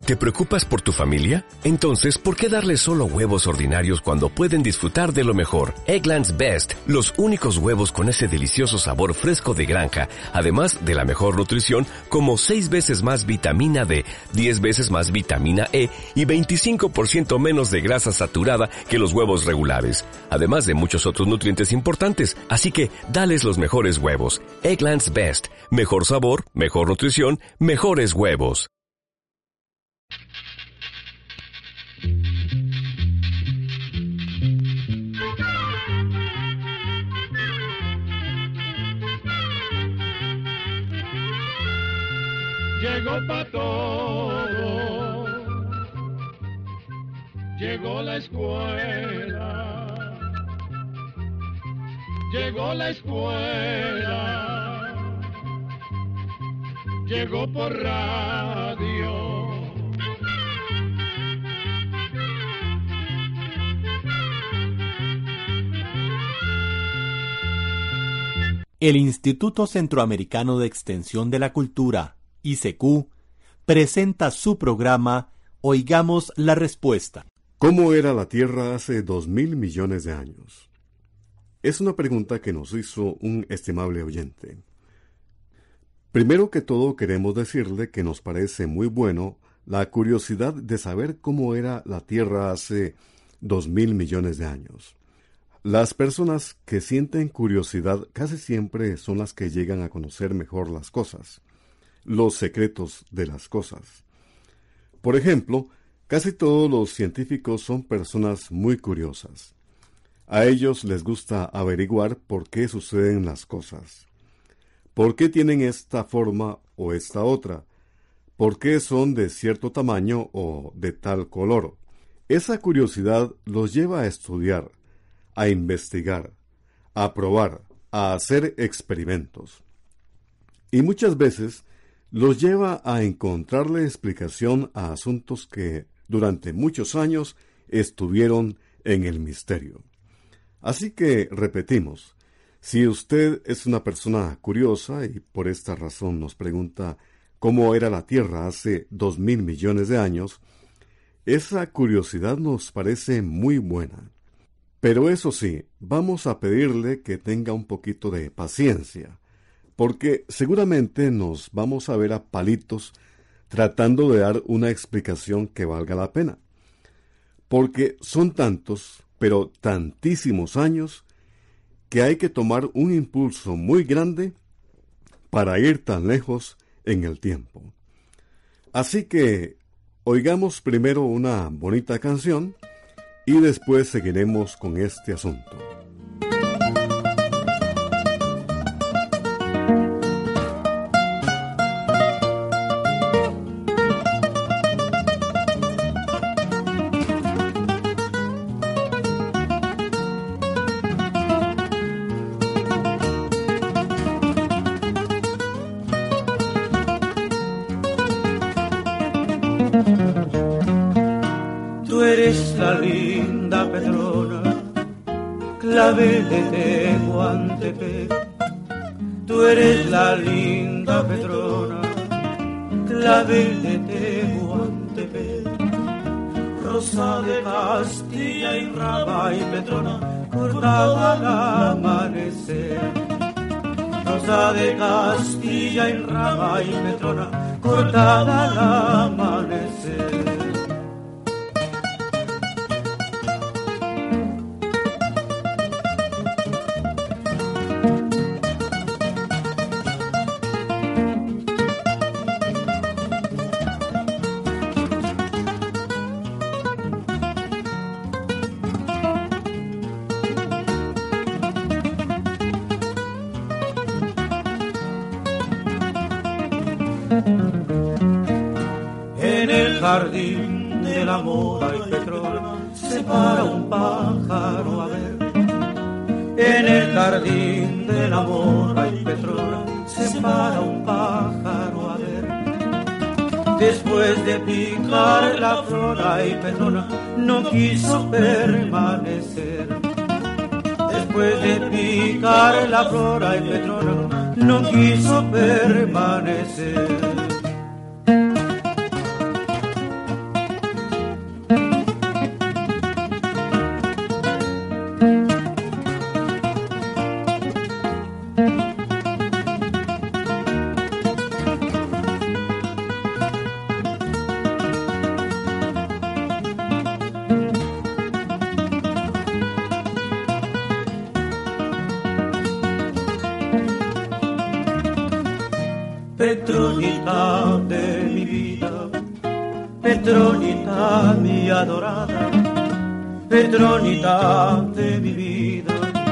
¿Te preocupas por tu familia? Entonces, ¿por qué darles solo huevos ordinarios cuando pueden disfrutar de lo mejor? Eggland's Best, los únicos huevos con ese delicioso sabor fresco de granja, además de la mejor nutrición, como 6 veces más vitamina D, 10 veces más vitamina E y 25% menos de grasa saturada que los huevos regulares, además de muchos otros nutrientes importantes. Así que, dales los mejores huevos. Eggland's Best, mejor sabor, mejor nutrición, mejores huevos. Llegó pa' todo, llegó la escuela, llegó la escuela, llegó por radio. El Instituto Centroamericano de Extensión de la Cultura, ICQ, presenta su programa Oigamos la Respuesta. ¿Cómo era la Tierra hace 2.000 millones de años? Es una pregunta que nos hizo un estimable oyente. Primero que todo queremos decirle que nos parece muy bueno la curiosidad de saber cómo era la Tierra hace 2.000 millones de años. Las personas que sienten curiosidad casi siempre son las que llegan a conocer mejor las cosas, los secretos de las cosas. Por ejemplo, casi todos los científicos son personas muy curiosas. A ellos les gusta averiguar por qué suceden las cosas. ¿Por qué tienen esta forma o esta otra? ¿Por qué son de cierto tamaño o de tal color? Esa curiosidad los lleva a estudiar, a investigar, a probar, a hacer experimentos. Y muchas veces los lleva a encontrarle explicación a asuntos que durante muchos años estuvieron en el misterio. Así que repetimos, si usted es una persona curiosa y por esta razón nos pregunta cómo era la Tierra hace 2.000 millones de años, esa curiosidad nos parece muy buena. Pero eso sí, vamos a pedirle que tenga un poquito de paciencia, porque seguramente nos vamos a ver a palitos tratando de dar una explicación que valga la pena. Porque son tantos, pero tantísimos años, que hay que tomar un impulso muy grande para ir tan lejos en el tiempo. Así que oigamos primero una bonita canción y después seguiremos con este asunto. Tú eres la linda Petrona, clavel de Tehuantepec. Tú eres la linda Petrona, clavel de Tehuantepec. Rosa de Castilla y rama y Petrona, cortada al amanecer. Rosa de Castilla y rama y Petrona, cortada al amanecer. En el jardín del amor hay Petrona, se para un pájaro a ver. En el jardín del amor hay Petrona, se para un pájaro a ver. Después de picar la flor hay Petrona, no quiso permanecer. Después de picar la flor hay Petrona, no quiso permanecer. Petronita de mi vida, Petronita mi adorada, Petronita de mi vida,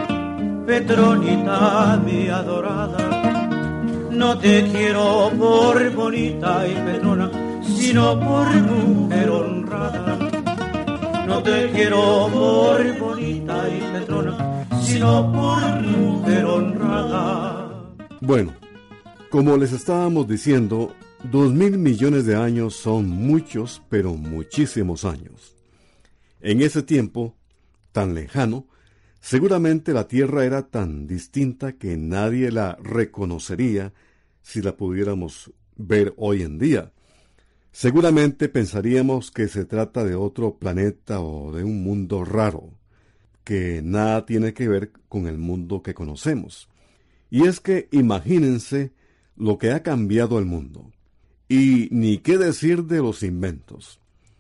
Petronita mi adorada. No te quiero por bonita y Petrona, sino por mujer honrada. No te quiero por bonita y Petrona, sino por mujer honrada. Bueno, como les estábamos diciendo, 2.000 millones de años son muchos, pero muchísimos años. En ese tiempo, tan lejano, seguramente la Tierra era tan distinta que nadie la reconocería si la pudiéramos ver hoy en día. Seguramente pensaríamos que se trata de otro planeta o de un mundo raro, que nada tiene que ver con el mundo que conocemos. Y es que imagínense lo que ha cambiado el mundo. Y ni qué decir de los inventos.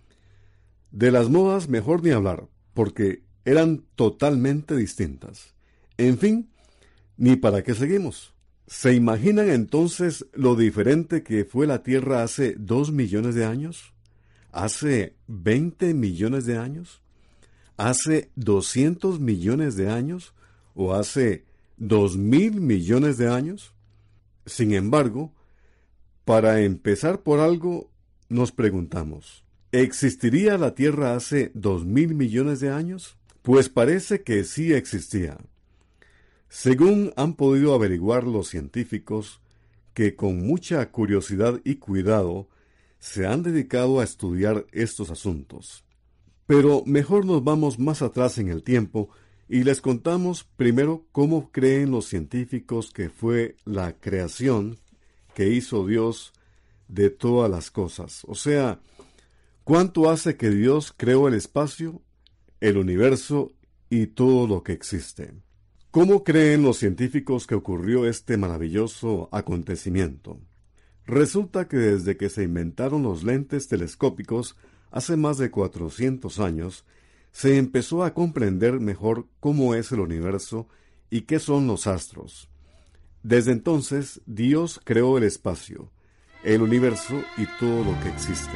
De las modas mejor ni hablar, porque eran totalmente distintas. En fin, ni para qué seguimos. ¿Se imaginan entonces lo diferente que fue la Tierra hace 2 millones de años? ¿Hace 20 millones de años? ¿Hace 200 millones de años? ¿O hace 2.000 millones de años? Sin embargo, para empezar por algo, nos preguntamos, ¿existiría la Tierra hace 2.000 millones de años? Pues parece que sí existía. Según han podido averiguar los científicos, que con mucha curiosidad y cuidado se han dedicado a estudiar estos asuntos. Pero mejor nos vamos más atrás en el tiempo y les contamos primero cómo creen los científicos que fue la creación que hizo Dios de todas las cosas. O sea, ¿cuánto hace que Dios creó el espacio, el universo y todo lo que existe? ¿Cómo creen los científicos que ocurrió este maravilloso acontecimiento? Resulta que desde que se inventaron los lentes telescópicos hace más de 400 años, se empezó a comprender mejor cómo es el universo y qué son los astros. Desde entonces, Dios creó el espacio, el universo y todo lo que existe.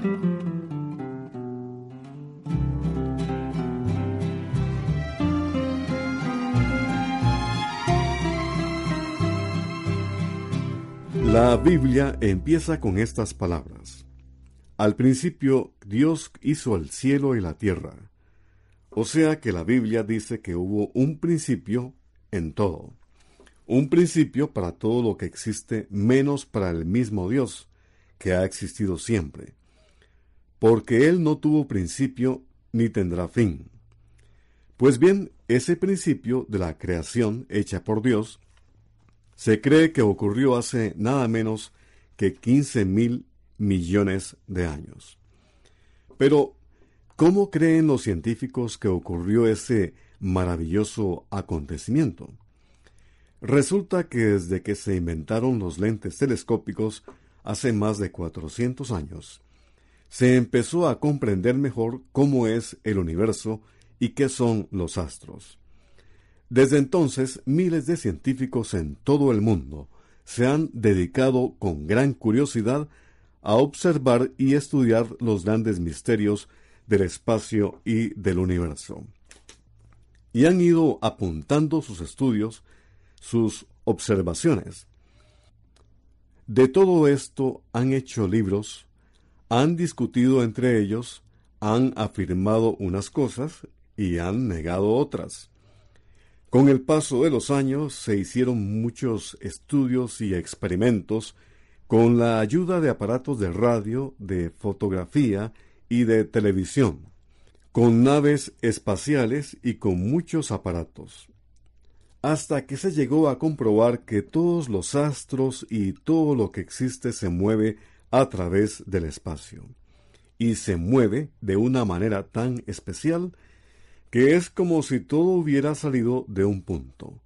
La Biblia empieza con estas palabras: al principio Dios hizo el cielo y la tierra. O sea que la Biblia dice que hubo un principio en todo. Un principio para todo lo que existe, menos para el mismo Dios, que ha existido siempre. Porque Él no tuvo principio ni tendrá fin. Pues bien, ese principio de la creación hecha por Dios se cree que ocurrió hace nada menos que 15,000 millones de años. Pero, ¿cómo creen los científicos que ocurrió ese maravilloso acontecimiento? Resulta que desde que se inventaron los lentes telescópicos hace más de 400 años, se empezó a comprender mejor cómo es el universo y qué son los astros. Desde entonces, miles de científicos en todo el mundo se han dedicado con gran curiosidad a observar y estudiar los grandes misterios del espacio y del universo. Y han ido apuntando sus estudios, sus observaciones. De todo esto han hecho libros, han discutido entre ellos, han afirmado unas cosas y han negado otras. Con el paso de los años se hicieron muchos estudios y experimentos con la ayuda de aparatos de radio, de fotografía y de televisión, con naves espaciales y con muchos aparatos, hasta que se llegó a comprobar que todos los astros y todo lo que existe se mueve a través del espacio, y se mueve de una manera tan especial que es como si todo hubiera salido de un punto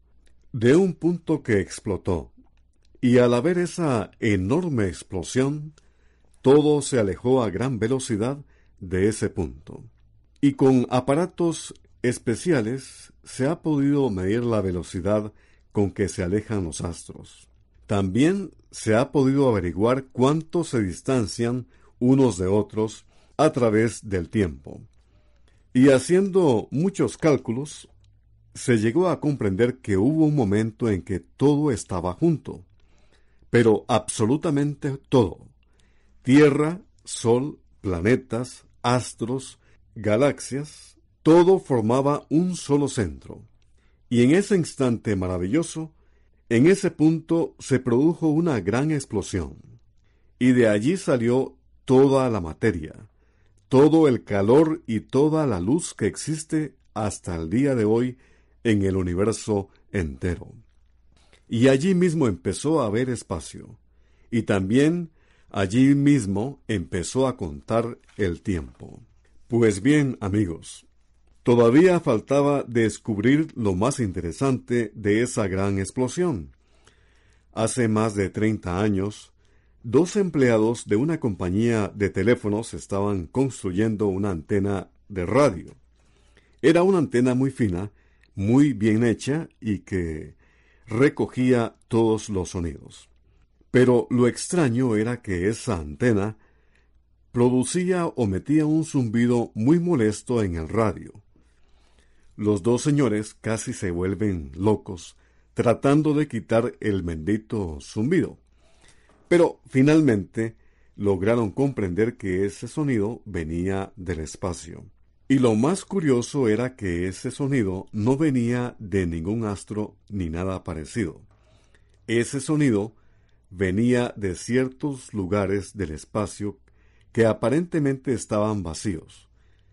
que explotó, y al haber esa enorme explosión, todo se alejó a gran velocidad de ese punto. Y con aparatos especiales se ha podido medir la velocidad con que se alejan los astros. También se ha podido averiguar cuánto se distancian unos de otros a través del tiempo. Y haciendo muchos cálculos, se llegó a comprender que hubo un momento en que todo estaba junto, pero absolutamente todo: Tierra, Sol, planetas, astros, galaxias, todo formaba un solo centro. Y en ese instante maravilloso, en ese punto se produjo una gran explosión, y de allí salió toda la materia, todo el calor y toda la luz que existe hasta el día de hoy en el universo entero. Y allí mismo empezó a haber espacio, y también allí mismo empezó a contar el tiempo. Pues bien, amigos, todavía faltaba descubrir lo más interesante de esa gran explosión. Hace más de 30 años, 2 empleados de una compañía de teléfonos estaban construyendo una antena de radio. Era una antena muy fina, muy bien hecha y que recogía todos los sonidos. Pero lo extraño era que esa antena producía o metía un zumbido muy molesto en el radio. Los 2 señores casi se vuelven locos tratando de quitar el bendito zumbido. Pero finalmente lograron comprender que ese sonido venía del espacio. Y lo más curioso era que ese sonido no venía de ningún astro ni nada parecido. Ese sonido venía de ciertos lugares del espacio que aparentemente estaban vacíos.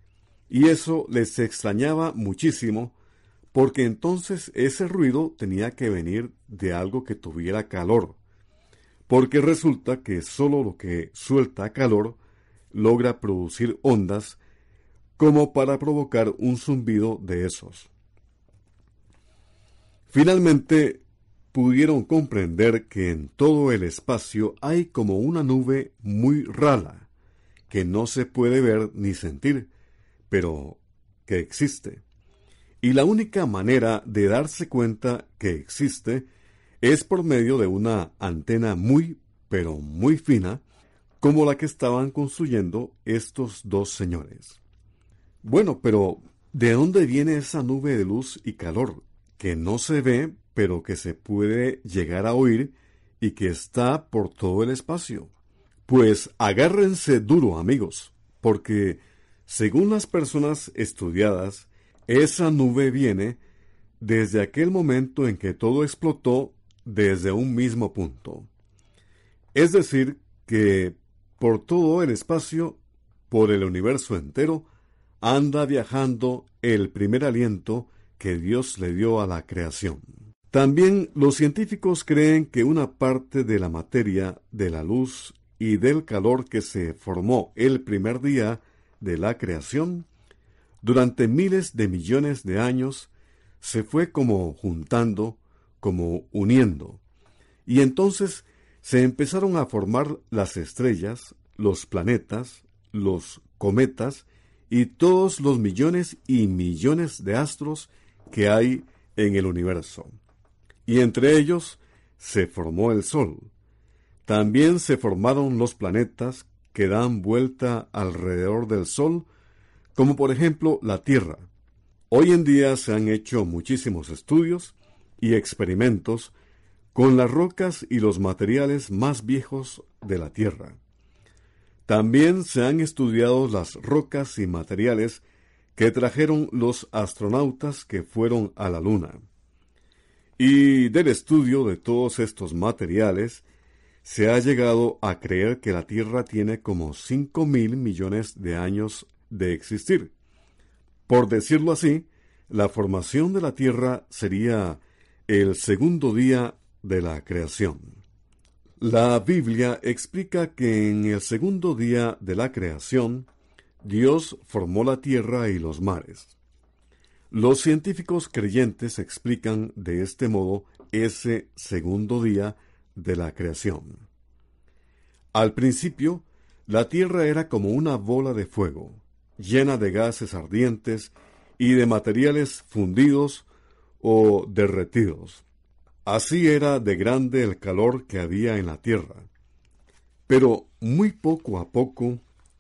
Y eso les extrañaba muchísimo, porque entonces ese ruido tenía que venir de algo que tuviera calor, porque resulta que solo lo que suelta calor logra producir ondas como para provocar un zumbido de esos. Finalmente pudieron comprender que en todo el espacio hay como una nube muy rala, que no se puede ver ni sentir, pero que existe. Y la única manera de darse cuenta que existe es por medio de una antena muy, pero muy fina, como la que estaban construyendo estos dos señores. Bueno, pero ¿de dónde viene esa nube de luz y calor que no se ve, pero que se puede llegar a oír y que está por todo el espacio? Pues agárrense duro, amigos, porque según las personas estudiadas, esa nube viene desde aquel momento en que todo explotó desde un mismo punto. Es decir, que por todo el espacio, por el universo entero, anda viajando el primer aliento que Dios le dio a la creación. También los científicos creen que una parte de la materia, de la luz y del calor que se formó el primer día de la creación, durante miles de millones de años, se fue como juntando, como uniendo, y entonces se empezaron a formar las estrellas, los planetas, los cometas y todos los millones y millones de astros que hay en el universo. Y entre ellos se formó el Sol. También se formaron los planetas que dan vuelta alrededor del Sol, como por ejemplo la Tierra. Hoy en día se han hecho muchísimos estudios y experimentos con las rocas y los materiales más viejos de la Tierra. También se han estudiado las rocas y materiales que trajeron los astronautas que fueron a la Luna. Y del estudio de todos estos materiales, se ha llegado a creer que la Tierra tiene como 5.000 millones de años de existir. Por decirlo así, la formación de la Tierra sería el segundo día de la creación. La Biblia explica que en el segundo día de la creación, Dios formó la tierra y los mares. Los científicos creyentes explican de este modo ese segundo día de la creación. Al principio, la tierra era como una bola de fuego, llena de gases ardientes y de materiales fundidos o derretidos. Así era de grande el calor que había en la tierra. Pero muy poco a poco,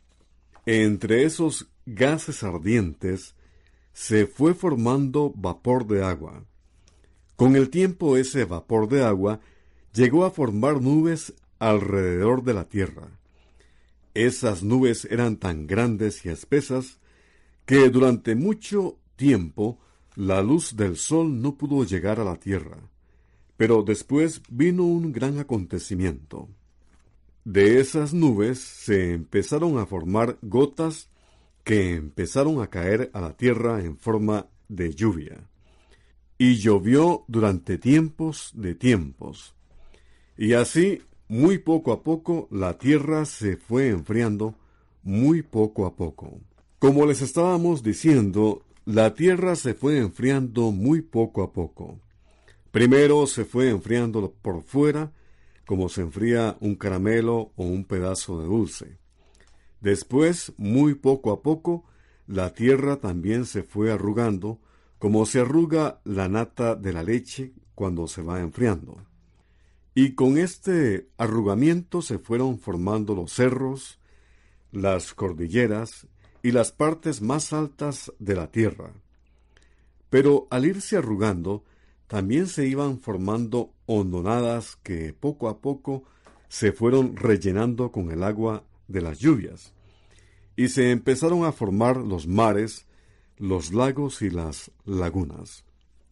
entre esos gases ardientes, se fue formando vapor de agua. Con el tiempo ese vapor de agua llegó a formar nubes alrededor de la tierra. Esas nubes eran tan grandes y espesas que durante mucho tiempo la luz del sol no pudo llegar a la tierra. Pero después vino un gran acontecimiento. De esas nubes se empezaron a formar gotas que empezaron a caer a la tierra en forma de lluvia. Y llovió durante tiempos de tiempos. Y así, muy poco a poco, la tierra se fue enfriando, muy poco a poco. Como les estábamos diciendo, la tierra se fue enfriando muy poco a poco. Primero se fue enfriando por fuera, como se enfría un caramelo o un pedazo de dulce. Después, muy poco a poco, la tierra también se fue arrugando, como se arruga la nata de la leche cuando se va enfriando. Y con este arrugamiento se fueron formando los cerros, las cordilleras y las partes más altas de la tierra. Pero al irse arrugando, también se iban formando hondonadas que poco a poco se fueron rellenando con el agua de las lluvias, y se empezaron a formar los mares, los lagos y las lagunas.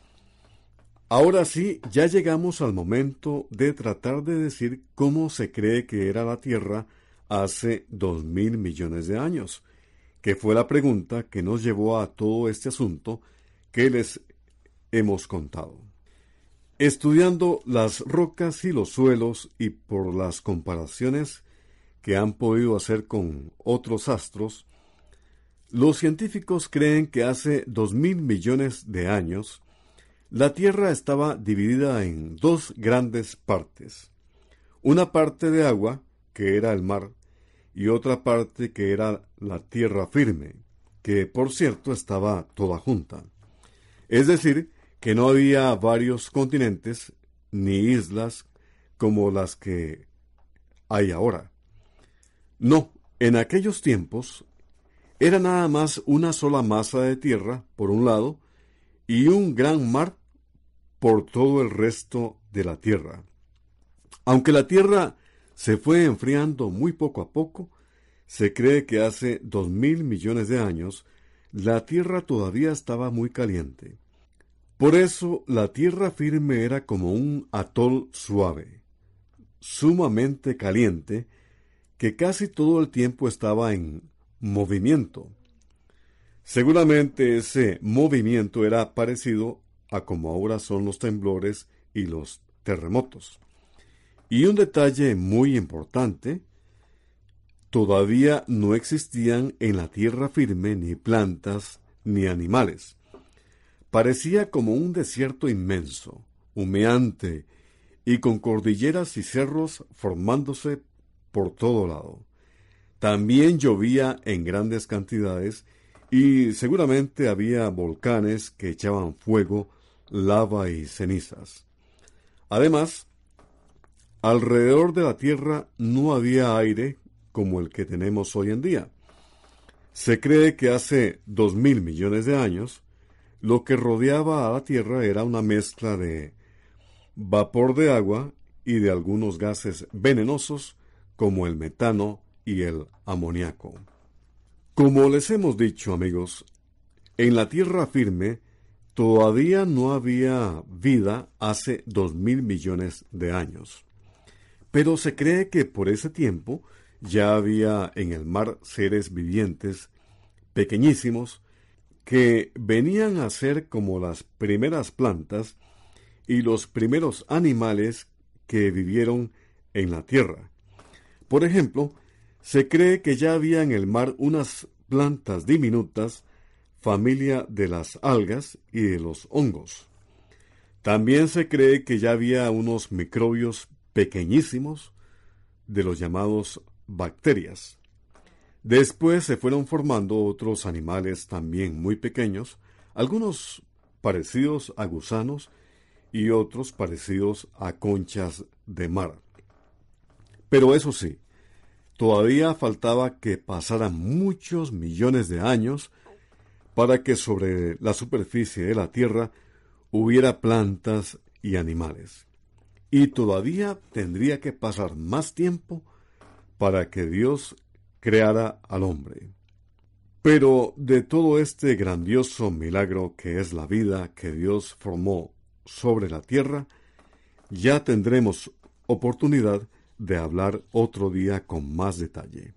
Ahora sí, ya llegamos al momento de tratar de decir cómo se cree que era la Tierra hace 2.000 millones de años, que fue la pregunta que nos llevó a todo este asunto que les hemos contado. Estudiando las rocas y los suelos y por las comparaciones que han podido hacer con otros astros, los científicos creen que hace 2.000 millones de años la Tierra estaba dividida en dos grandes partes. Una parte de agua, que era el mar, y otra parte que era la tierra firme, que por cierto estaba toda junta. Es decir, que no había varios continentes ni islas como las que hay ahora. No, en aquellos tiempos era nada más una sola masa de tierra por un lado y un gran mar por todo el resto de la tierra. Aunque la tierra se fue enfriando muy poco a poco, se cree que hace 2.000 millones de años la tierra todavía estaba muy caliente. Por eso la tierra firme era como un atol suave, sumamente caliente, que casi todo el tiempo estaba en movimiento. Seguramente ese movimiento era parecido a como ahora son los temblores y los terremotos. Y un detalle muy importante, todavía no existían en la tierra firme ni plantas ni animales. Parecía como un desierto inmenso, humeante y con cordilleras y cerros formándose por todo lado. También llovía en grandes cantidades y seguramente había volcanes que echaban fuego, lava y cenizas. Además, alrededor de la Tierra no había aire como el que tenemos hoy en día. Se cree que hace 2.000 millones de años, lo que rodeaba a la Tierra era una mezcla de vapor de agua y de algunos gases venenosos como el metano y el amoníaco. Como les hemos dicho, amigos, en la tierra firme todavía no había vida hace 2.000 millones de años. Pero se cree que por ese tiempo ya había en el mar seres vivientes pequeñísimos que venían a ser como las primeras plantas y los primeros animales que vivieron en la tierra. Por ejemplo, se cree que ya había en el mar unas plantas diminutas, familia de las algas y de los hongos. También se cree que ya había unos microbios pequeñísimos, de los llamados bacterias. Después se fueron formando otros animales también muy pequeños, algunos parecidos a gusanos y otros parecidos a conchas de mar. Pero eso sí, todavía faltaba que pasaran muchos millones de años para que sobre la superficie de la Tierra hubiera plantas y animales. Y todavía tendría que pasar más tiempo para que Dios creara al hombre. Pero de todo este grandioso milagro que es la vida que Dios formó sobre la tierra, ya tendremos oportunidad de hablar otro día con más detalle.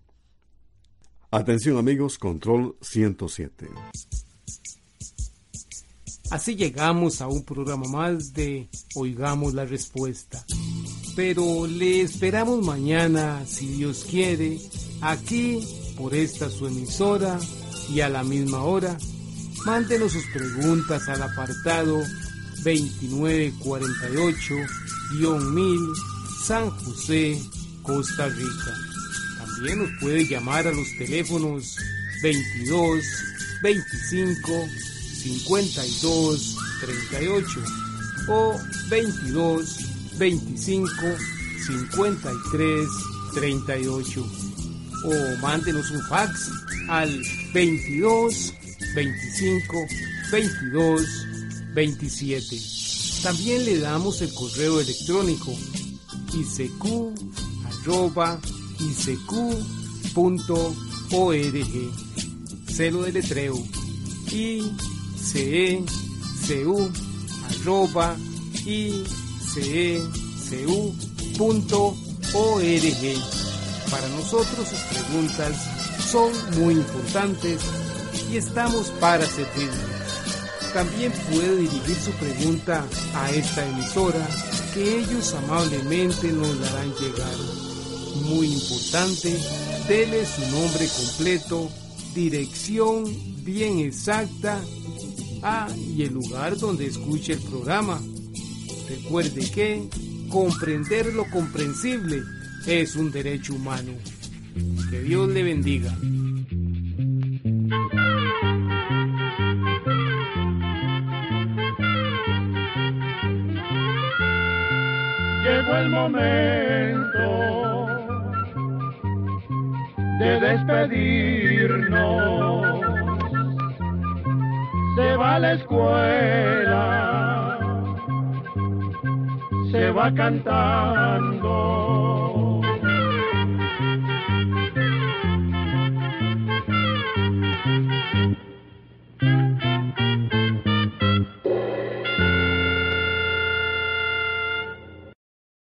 Atención amigos, control 107. Así llegamos a un programa más de Oigamos la Respuesta. Pero le esperamos mañana, si Dios quiere, aquí por esta su emisora y a la misma hora. Mándenos sus preguntas al apartado 2948-1000 San José, Costa Rica. También nos puede llamar a los teléfonos 22 25 52 38 o 22 25 53 38 o mándenos un fax al 22 25 22 27. También le damos el correo electrónico icq@icq.org. Se lo deletreo: icecu@icecu.org. Para nosotros sus preguntas son muy importantes y estamos para servirle. También puede dirigir su pregunta a esta emisora, que ellos amablemente nos la harán llegar. Muy importante, dele su nombre completo, dirección bien exacta, y el lugar donde escuche el programa. Recuerde que comprender lo comprensible es un derecho humano. Que Dios le bendiga. Llegó el momento de despedirnos. Se va a la escuela, se va cantando.